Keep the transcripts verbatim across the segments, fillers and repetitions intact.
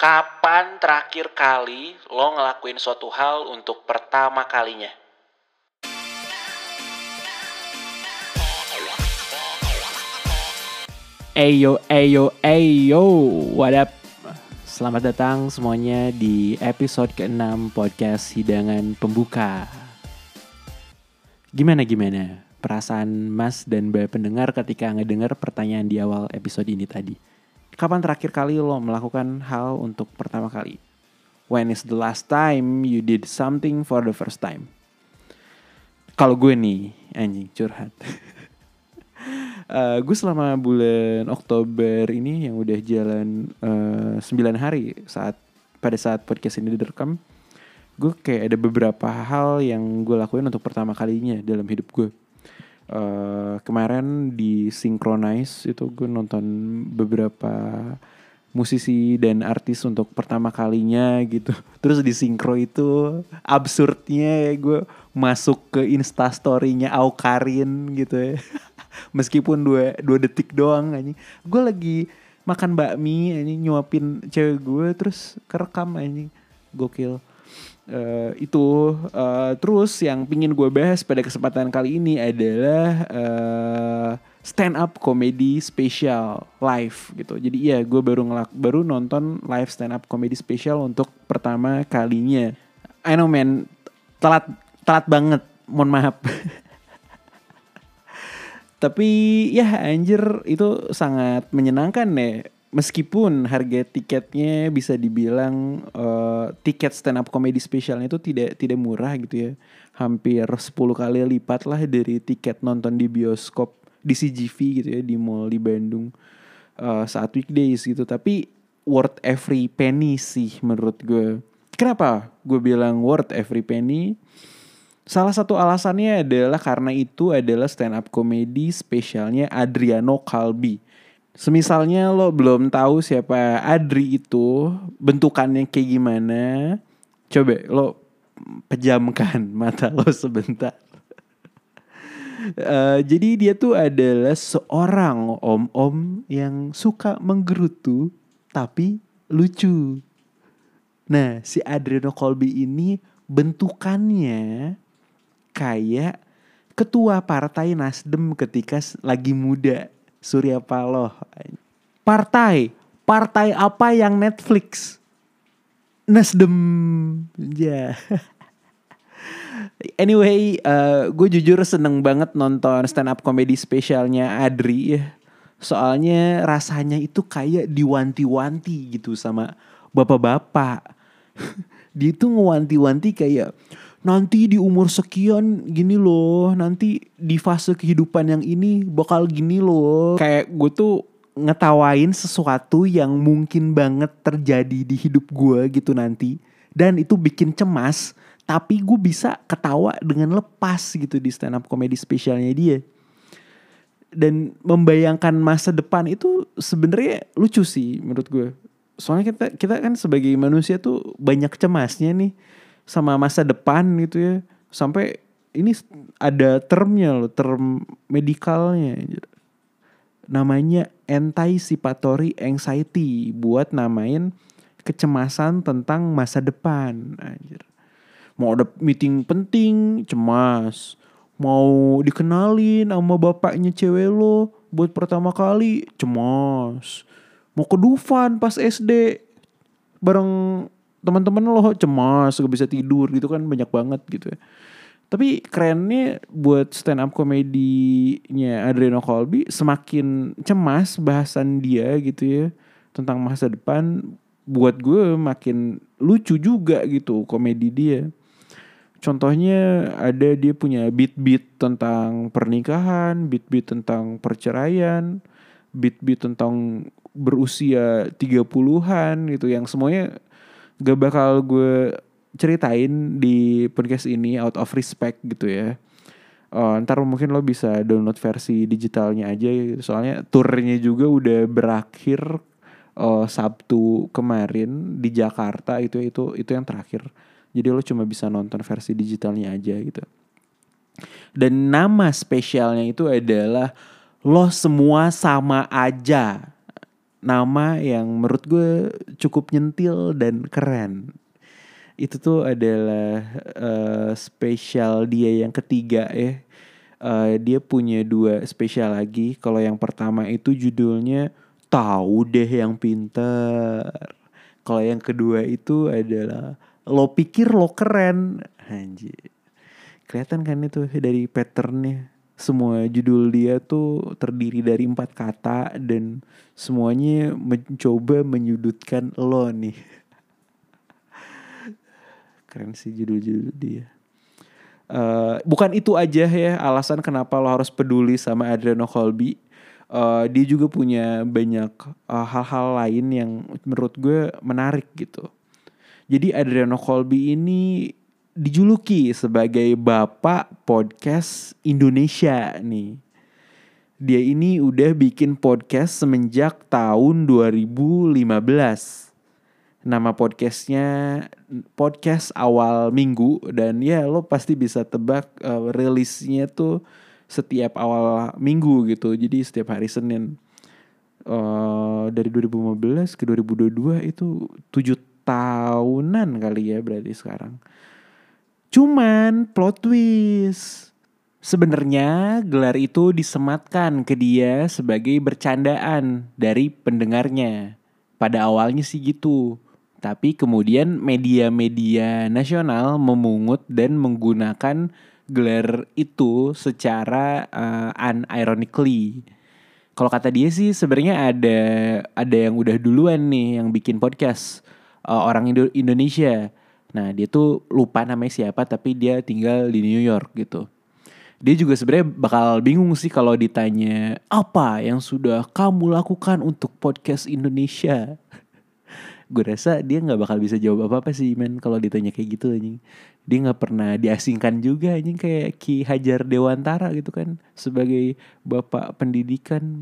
Kapan terakhir kali lo ngelakuin suatu hal untuk pertama kalinya? Eyo, eyo, eyo, what up? Selamat datang semuanya di episode keenam podcast Hidangan Pembuka. Gimana-gimana perasaan Mas dan Mbak pendengar ketika ngedengar pertanyaan di awal episode ini tadi? Kapan terakhir kali lo melakukan hal untuk pertama kali? When is the last time you did something for the first time? Kalau gue nih, anjing curhat. Uh, gue selama bulan Oktober ini yang udah jalan uh, sembilan hari saat pada saat podcast ini direkam, gue kayak ada beberapa hal yang gue lakuin untuk pertama kalinya dalam hidup gue. Uh, kemarin di Synchronize itu gue nonton beberapa musisi dan artis untuk pertama kalinya gitu. Terus di Synchro itu absurdnya ya gue masuk ke Instastory-nya Aukarin gitu ya. Meskipun dua, dua detik doang aja. Gue lagi makan bakmi aja, nyuapin cewek gue terus kerekam aja. Gokil. Uh, itu uh, terus yang pingin gue bahas pada kesempatan kali ini adalah uh, stand up comedy special live gitu. Jadi iya gue baru ngelak baru nonton live stand up comedy special untuk pertama kalinya. I know man, telat telat banget, mohon maaf. Tapi ya anjir itu sangat menyenangkan ya. Meskipun harga tiketnya bisa dibilang uh, tiket stand up comedy specialnya itu tidak tidak murah gitu ya. Hampir sepuluh kali lipat lah dari tiket nonton di bioskop di C G V gitu ya, di mall di Bandung uh, saat weekdays gitu. Tapi worth every penny sih menurut gue. Kenapa gue bilang worth every penny? Salah satu alasannya adalah karena itu adalah stand up comedy spesialnya Adriano Calbi. Semisalnya lo belum tahu siapa Adri itu, bentukannya kayak gimana, coba lo pejamkan mata lo sebentar. uh, jadi dia tuh adalah seorang om-om yang suka menggerutu tapi lucu. Nah, si Adriano Calbi ini bentukannya kayak ketua partai Nasdem ketika lagi muda, Surya Paloh. Partai, partai apa yang Netflix? Nasdem. Ya. Yeah. Anyway, uh, gue jujur seneng banget nonton stand up comedy spesialnya Adri ya. Soalnya rasanya itu kayak diwanti-wanti gitu sama bapak-bapak. Dia tuh ngewanti-wanti kayak nanti di umur sekian gini loh, nanti di fase kehidupan yang ini bakal gini loh. Kayak gue tuh ngetawain sesuatu yang mungkin banget terjadi di hidup gue gitu nanti. Dan itu bikin cemas, tapi gue bisa ketawa dengan lepas gitu di stand up comedy spesialnya dia. Dan membayangkan masa depan itu sebenarnya lucu sih menurut gue. Soalnya kita kita kan sebagai manusia tuh banyak cemasnya nih sama masa depan gitu ya. Sampai ini ada termnya loh, term medikalnya. Namanya anticipatory anxiety, buat namain kecemasan tentang masa depan. Anjir. Mau ada meeting penting, cemas. Mau dikenalin sama bapaknya cewek lo buat pertama kali, cemas. Mau ke Dufan pas S D bareng teman-teman lo, cemas, gak bisa tidur gitu kan, banyak banget gitu ya. Tapi kerennya buat stand up komedinya Adriano Calbi, semakin cemas bahasan dia gitu ya tentang masa depan, buat gue makin lucu juga gitu komedi dia. Contohnya ada dia punya beat-beat tentang pernikahan, beat-beat tentang perceraian, beat-beat tentang berusia tiga puluhan gitu, yang semuanya gak bakal gue ceritain di podcast ini out of respect gitu ya. Uh, ntar mungkin lo bisa download versi digitalnya aja, soalnya turnya juga udah berakhir uh, Sabtu kemarin di Jakarta, itu itu itu yang terakhir. Jadi lo cuma bisa nonton versi digitalnya aja gitu. Dan nama spesialnya itu adalah Lo Semua Sama Aja. nama yang menurut gue cukup nyentil dan keren. Itu tuh adalah uh, spesial dia yang ketiga ya. Uh, dia punya dua spesial lagi. Kalau yang pertama itu judulnya Tahu Deh Yang Pinter. Kalau yang kedua itu adalah Lo Pikir Lo Keren. Anjir. Kelihatan kan itu dari patternnya. Semua judul dia tuh terdiri dari empat kata dan semuanya mencoba menyudutkan lo nih. Keren sih judul-judul dia. Uh, bukan itu aja ya alasan kenapa lo harus peduli sama Adriano Colby. Uh, dia juga punya banyak uh, hal-hal lain yang menurut gue menarik gitu. Jadi Adriano Colby ini dijuluki sebagai bapak podcast Indonesia nih. Dia ini udah bikin podcast semenjak tahun dua ribu lima belas. Nama podcastnya Podcast Awal Minggu. Dan ya lo pasti bisa tebak uh, rilisnya tuh setiap awal minggu gitu. Jadi setiap hari Senin. Uh, dari dua ribu lima belas ke dua ribu dua puluh dua itu tujuh tahunan kali ya berarti sekarang. Cuman plot twist. Sebenarnya gelar itu disematkan ke dia sebagai bercandaan dari pendengarnya. Pada awalnya sih gitu. Tapi kemudian media-media nasional memungut dan menggunakan gelar itu secara uh, unironically. Kalau kata dia sih sebenarnya ada ada yang udah duluan nih yang bikin podcast uh, orang Indo- Indonesia. Nah dia tuh lupa namanya siapa tapi dia tinggal di New York gitu. Dia juga sebenarnya bakal bingung sih kalau ditanya apa yang sudah kamu lakukan untuk podcast Indonesia. Gue rasa dia nggak bakal bisa jawab apa apa sih men kalau ditanya kayak gitu anjing. Dia nggak pernah diasingkan juga anjing kayak Ki Hajar Dewantara gitu kan sebagai bapak pendidikan.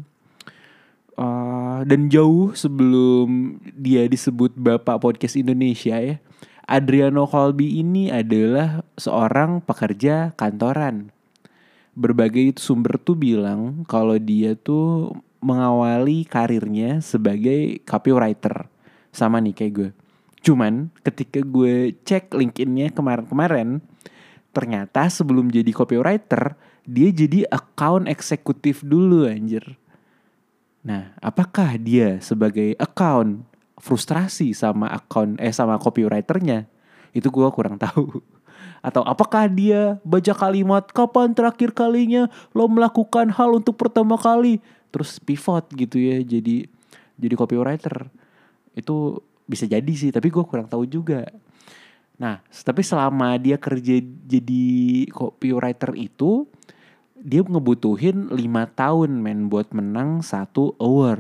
Uh, dan jauh sebelum dia disebut bapak podcast Indonesia ya, Adriano Colby ini adalah seorang pekerja kantoran. Berbagai sumber tuh bilang kalau dia tuh mengawali karirnya sebagai copywriter. Sama nih kayak gue. Cuman ketika gue cek LinkedIn-nya kemarin-kemarin, ternyata sebelum jadi copywriter, dia jadi account eksekutif dulu anjir. Nah, apakah dia sebagai account frustrasi sama account eh sama copywriternya? Itu gue kurang tahu. Atau apakah dia baca kalimat kapan terakhir kalinya lo melakukan hal untuk pertama kali terus pivot gitu ya jadi jadi copywriter. Itu bisa jadi sih, tapi gue kurang tahu juga. Nah, tapi selama dia kerja jadi copywriter itu, dia ngebutuhin lima tahun men buat menang satu award.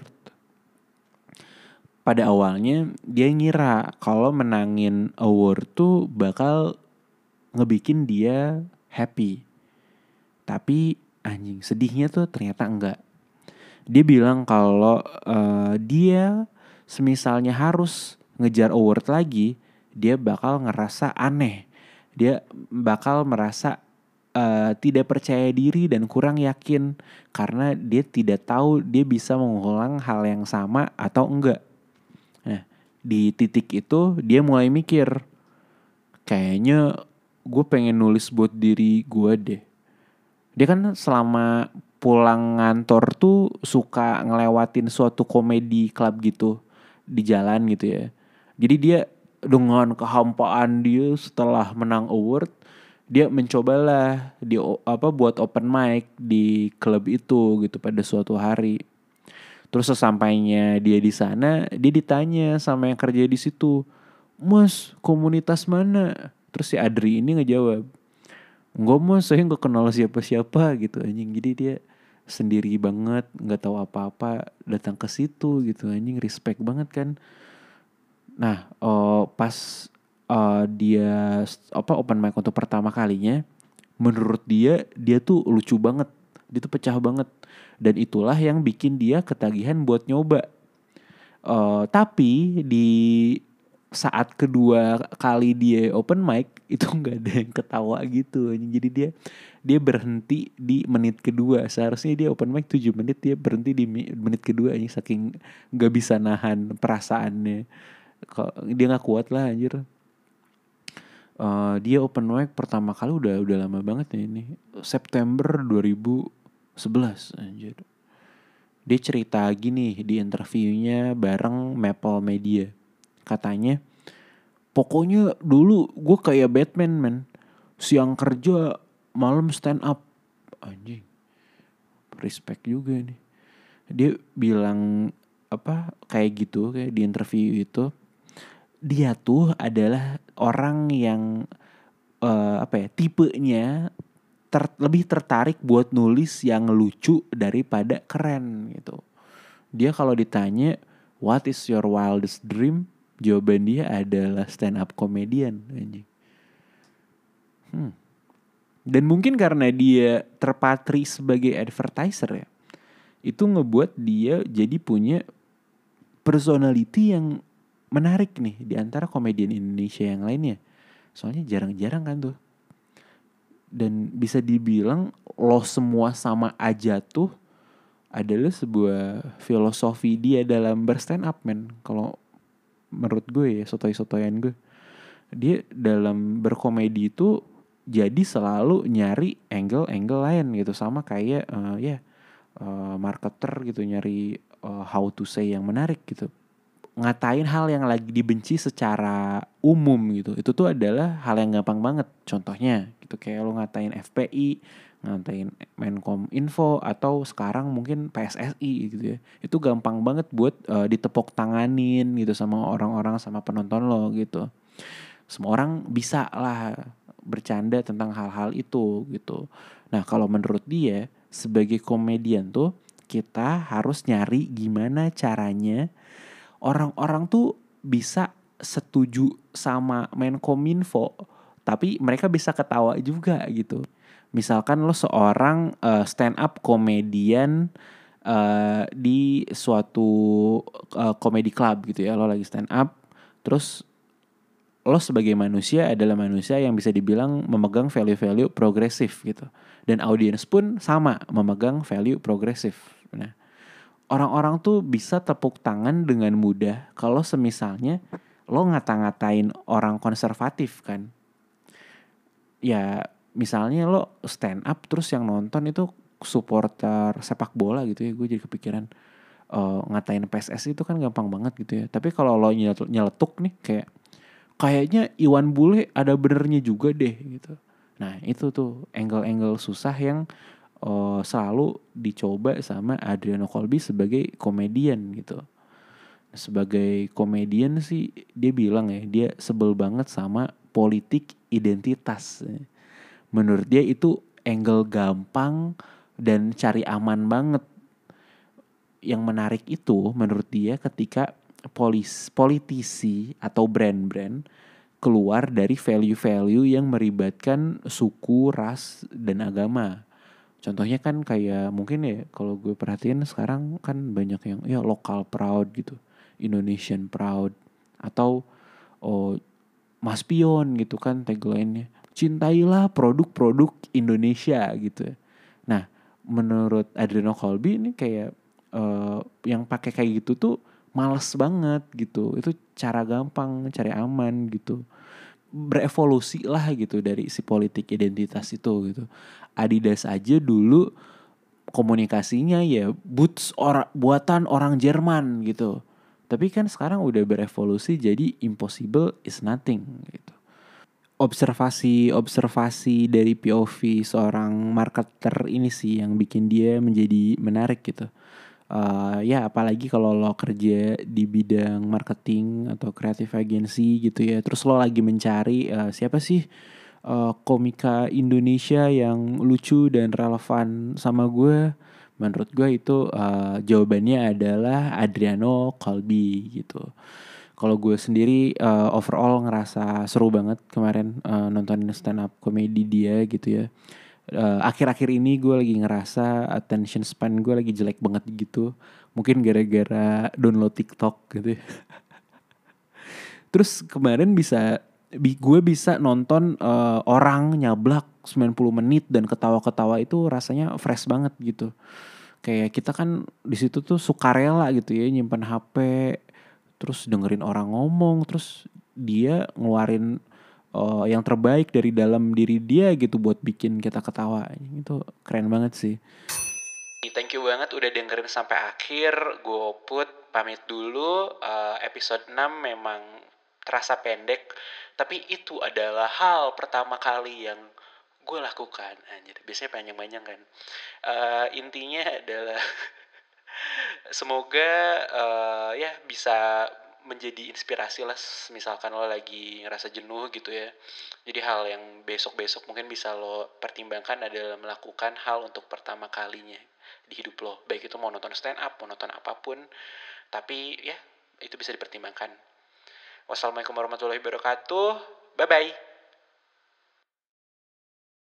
Pada awalnya dia ngira kalau menangin award tuh bakal ngebikin dia happy. Tapi anjing sedihnya tuh ternyata enggak. Dia bilang kalau uh, dia semisalnya harus ngejar award lagi, dia bakal ngerasa aneh. Dia bakal merasa uh, tidak percaya diri dan kurang yakin karena dia tidak tahu dia bisa mengulang hal yang sama atau enggak. Nah, di titik itu dia mulai mikir, kayaknya gue pengen nulis buat diri gue deh. Dia kan selama pulang ngantor tuh suka ngelewatin suatu komedi club gitu di jalan gitu ya. Jadi dia dengan kehampaan dia setelah menang award, dia mencobalah di apa buat open mic di klub itu gitu pada suatu hari. Terus sesampainya dia di sana, dia ditanya sama yang kerja di situ, "Mas, komunitas mana?" Terus si Adri ini ngejawab, "Enggak mas, saya gak kenal siapa-siapa gitu anjing." Jadi dia sendiri banget, gak tahu apa-apa, datang ke situ gitu anjing, respect banget kan. Nah uh, pas uh, dia apa open mic untuk pertama kalinya, menurut dia, dia tuh lucu banget. Dia tuh pecah banget. Dan itulah yang bikin dia ketagihan buat nyoba. Uh, tapi di saat kedua kali dia open mic itu nggak ada yang ketawa gitu. Jadi dia dia berhenti di menit kedua. Seharusnya dia open mic tujuh menit, dia berhenti di menit kedua ini saking nggak bisa nahan perasaannya. Kalau dia nggak kuat lah anjir. Uh, dia open mic pertama kali udah udah lama banget ya ini. September dua ribu sebelas anjir. Dia cerita gini di interviewnya bareng Maple Media. Katanya, pokoknya dulu gue kayak Batman man. Siang kerja, malam stand up. Anjing, respect juga nih. Dia bilang apa kayak gitu, kayak di interview itu. Dia tuh adalah orang yang uh, apa ya, tipenya ter, lebih tertarik buat nulis yang lucu daripada keren gitu. Dia kalau ditanya what is your wildest dream, jawaban dia adalah stand up comedian anjing. Hmm. Dan mungkin karena dia terpatri sebagai advertiser ya, itu ngebuat dia jadi punya personality yang menarik nih di antara komedian Indonesia yang lainnya. Soalnya jarang-jarang kan tuh. Dan bisa dibilang lo semua sama aja tuh adalah sebuah filosofi dia dalam berstand up man. Kalau menurut gue ya, sotoy-sotoyan gue, dia dalam berkomedi itu jadi selalu nyari angle-angle lain gitu. Sama kayak uh, ya yeah, uh, marketer gitu, nyari uh, how to say yang menarik gitu. Ngatain hal yang lagi dibenci secara umum gitu, itu tuh adalah hal yang gampang banget. Contohnya gitu, kayak lo ngatain F P I, ngatain Menkom Info, atau sekarang mungkin P S S I gitu ya. Itu gampang banget buat uh, ditepok tanganin gitu sama orang-orang, sama penonton lo gitu. Semua orang bisa lah bercanda tentang hal-hal itu gitu. Nah kalau menurut dia sebagai komedian tuh kita harus nyari gimana caranya orang-orang tuh bisa setuju sama Menkominfo, tapi mereka bisa ketawa juga gitu. Misalkan lo seorang uh, stand up komedian uh, di suatu uh, comedy club gitu ya, lo lagi stand up, terus lo sebagai manusia adalah manusia yang bisa dibilang memegang value-value progresif gitu. Dan audiens pun sama, memegang value progresif. Nah, orang-orang tuh bisa tepuk tangan dengan mudah kalau semisalnya lo ngata-ngatain orang konservatif kan. Ya misalnya lo stand up terus yang nonton itu supporter sepak bola gitu ya, gue jadi kepikiran uh, ngatain P S S itu kan gampang banget gitu ya. Tapi kalau lo nyeletuk, nyeletuk nih kayak kayaknya Iwan Bule ada benernya juga deh gitu. Nah itu tuh angle-angle susah yang Uh, selalu dicoba sama Adriano Colby sebagai komedian gitu. Sebagai komedian sih dia bilang ya, dia sebel banget sama politik identitas. Menurut dia itu angle gampang dan cari aman banget. Yang menarik itu menurut dia ketika polis, politisi atau brand-brand keluar dari value-value yang meribatkan suku, ras, dan agama. Contohnya kan kayak mungkin ya kalau gue perhatiin sekarang kan banyak yang ya lokal proud gitu, Indonesian proud, atau oh, Mas Pion gitu kan tagline-nya, cintailah produk-produk Indonesia gitu. Nah menurut Adriano Colby ini kayak uh, yang pakai kayak gitu tuh males banget gitu. Itu cara gampang, cara aman gitu. Berevolusi lah gitu dari si politik identitas itu gitu. Adidas aja dulu komunikasinya ya boots or, buatan orang Jerman gitu. Tapi kan sekarang udah berevolusi jadi impossible is nothing gitu. Observasi-observasi dari P O V seorang marketer ini sih yang bikin dia menjadi menarik gitu. Uh, ya apalagi kalau lo kerja di bidang marketing atau creative agency gitu ya, terus lo lagi mencari uh, siapa sih uh, komika Indonesia yang lucu dan relevan sama gue, menurut gue itu uh, jawabannya adalah Adriano Colby gitu. Kalau gue sendiri uh, overall ngerasa seru banget kemarin uh, nontonin stand up komedi dia gitu ya. Uh, akhir-akhir ini gue lagi ngerasa attention span gue lagi jelek banget gitu. Mungkin gara-gara download TikTok gitu ya. Terus kemarin bisa bi- gue bisa nonton eh, orang nyablak sembilan puluh menit dan ketawa-ketawa itu rasanya fresh banget gitu. Kayak kita kan di situ tuh sukarela gitu ya, nyimpan H P, terus dengerin orang ngomong, terus dia ngeluarin eh, yang terbaik dari dalam diri dia gitu buat bikin kita ketawa. Itu keren banget sih. Thank you banget udah dengerin sampai akhir. Gue put pamit dulu. Eh, episode enam memang terasa pendek, tapi itu adalah hal pertama kali yang gue lakukan. Anjir, biasanya panjang-panjang kan. Eh, intinya adalah semoga eh, ya bisa menjadi inspirasi lah, misalkan lo lagi ngerasa jenuh gitu ya. Jadi hal yang besok-besok mungkin bisa lo pertimbangkan adalah melakukan hal untuk pertama kalinya di hidup lo. Baik itu mau nonton stand up, mau nonton apapun, tapi ya itu bisa dipertimbangkan. Wassalamualaikum warahmatullahi wabarakatuh. Bye-bye.